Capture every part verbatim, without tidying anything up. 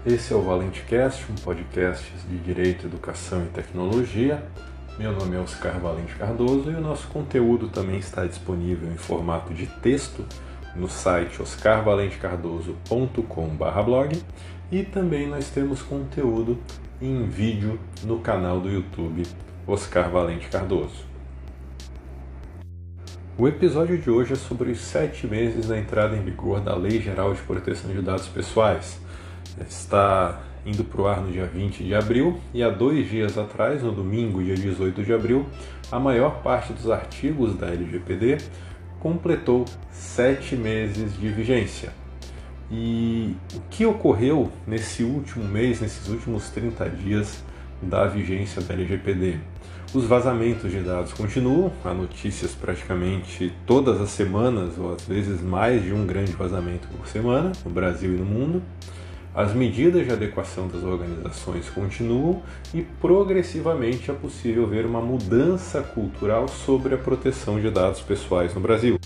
esse é o ValenteCast, um podcast de Direito, Educação e Tecnologia. Meu nome é Oscar Valente Cardoso e o nosso conteúdo também está disponível em formato de texto no site oscar valente cardoso ponto com barra blog e também nós temos conteúdo em vídeo no canal do YouTube Oscar Valente Cardoso. O episódio de hoje é sobre os sete meses da entrada em vigor da Lei Geral de Proteção de Dados Pessoais. Está indo para o ar no dia vinte de abril e há dois dias atrás, no domingo, dia dezoito de abril, a maior parte dos artigos da L G P D completou sete meses de vigência. E o que ocorreu nesse último mês, nesses últimos trinta dias da vigência da L G P D? Os vazamentos de dados continuam, há notícias praticamente todas as semanas, ou às vezes mais de um grande vazamento por semana, no Brasil e no mundo. As medidas de adequação das organizações continuam e progressivamente é possível ver uma mudança cultural sobre a proteção de dados pessoais no Brasil.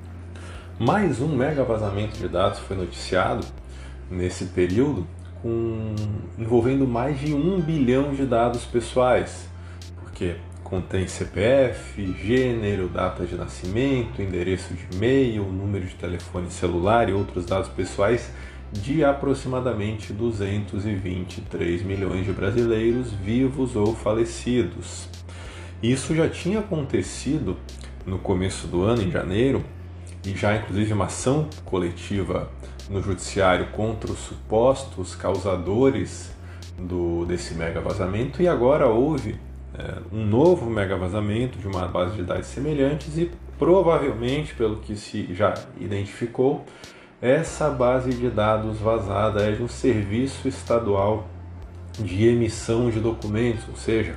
Mais um mega vazamento de dados foi noticiado nesse período, com, envolvendo mais de um bilhão de dados pessoais, porque contém C P F, gênero, data de nascimento, endereço de e-mail, número de telefone celular e outros dados pessoais de aproximadamente duzentos e vinte e três milhões de brasileiros vivos ou falecidos. Isso já tinha acontecido no começo do ano, em janeiro, e já inclusive uma ação coletiva no judiciário contra os supostos causadores do, desse mega vazamento, e agora houve é, um novo mega vazamento de uma base de dados semelhantes e provavelmente, pelo que se já identificou, essa base de dados vazada é de um serviço estadual de emissão de documentos, ou seja,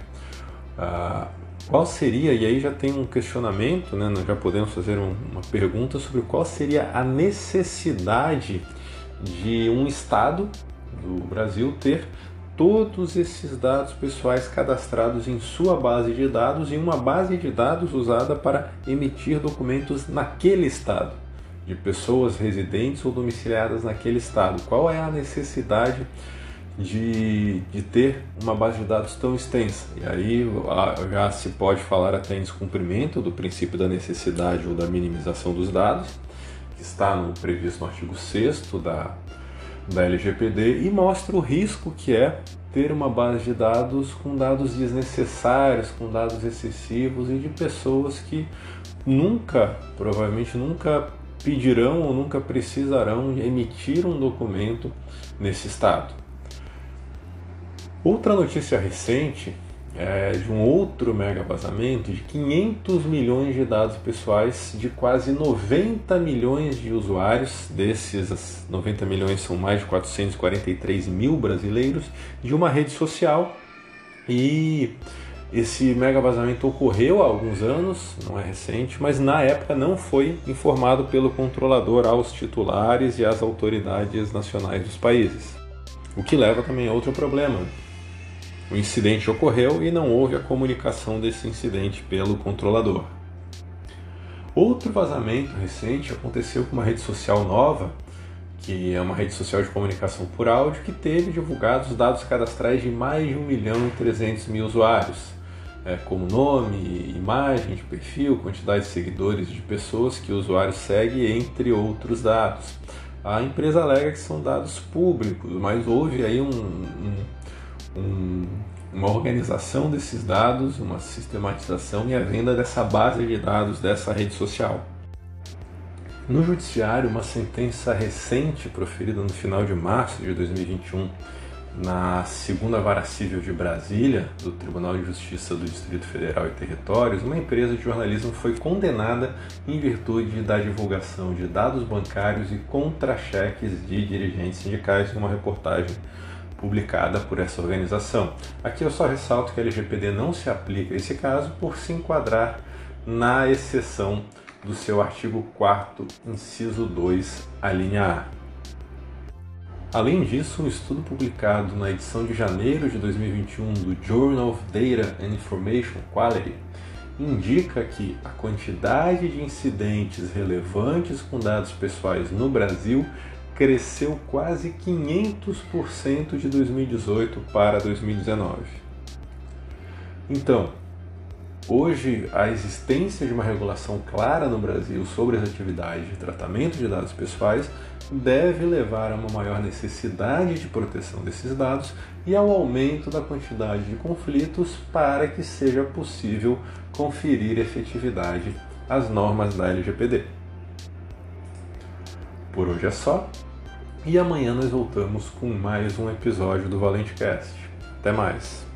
ah, qual seria, e aí já tem um questionamento, né, nós já podemos fazer um, uma pergunta sobre qual seria a necessidade de um estado do Brasil ter todos esses dados pessoais cadastrados em sua base de dados e uma base de dados usada para emitir documentos naquele estado, de pessoas residentes ou domiciliadas naquele estado. Qual é a necessidade de, de ter uma base de dados tão extensa? E aí já se pode falar até em descumprimento do princípio da necessidade ou da minimização dos dados, que está no, previsto no artigo sexto da, da L G P D, e mostra o risco que é ter uma base de dados com dados desnecessários, com dados excessivos e de pessoas que nunca, provavelmente nunca pedirão ou nunca precisarão emitir um documento nesse estado. Outra notícia recente é de um outro mega vazamento de quinhentos milhões de dados pessoais de quase noventa milhões de usuários. Desses noventa milhões são mais de quatrocentos e quarenta e três mil brasileiros, de uma rede social. E esse mega vazamento ocorreu há alguns anos, não é recente, mas na época não foi informado pelo controlador aos titulares e às autoridades nacionais dos países. O que leva também a outro problema. O incidente ocorreu e não houve a comunicação desse incidente pelo controlador. Outro vazamento recente aconteceu com uma rede social nova, que é uma rede social de comunicação por áudio, que teve divulgados dados cadastrais de mais de um milhão e trezentos mil usuários, é, como nome, imagem de perfil, quantidade de seguidores de pessoas que o usuário segue, entre outros dados. A empresa alega que são dados públicos, mas houve aí um, um, um, uma organização desses dados, uma sistematização e a venda dessa base de dados dessa rede social. No judiciário, uma sentença recente proferida no final de março de dois mil e vinte e um na segunda Vara Civil de Brasília, do Tribunal de Justiça do Distrito Federal e Territórios, uma empresa de jornalismo foi condenada em virtude da divulgação de dados bancários e contra-cheques de dirigentes sindicais em uma reportagem publicada por essa organização. Aqui eu só ressalto que a L G P D não se aplica a esse caso por se enquadrar na exceção do seu artigo quarto, inciso dois, a linha A. Além disso, um estudo publicado na edição de janeiro de dois mil e vinte e um do Journal of Data and Information Quality indica que a quantidade de incidentes relevantes com dados pessoais no Brasil cresceu quase quinhentos por cento de dois mil e dezoito para dois mil e dezenove. Então, hoje a existência de uma regulação clara no Brasil sobre as atividades de tratamento de dados pessoais deve levar a uma maior necessidade de proteção desses dados e ao aumento da quantidade de conflitos para que seja possível conferir efetividade às normas da L G P D. Por hoje é só, e amanhã nós voltamos com mais um episódio do ValenteCast. Até mais!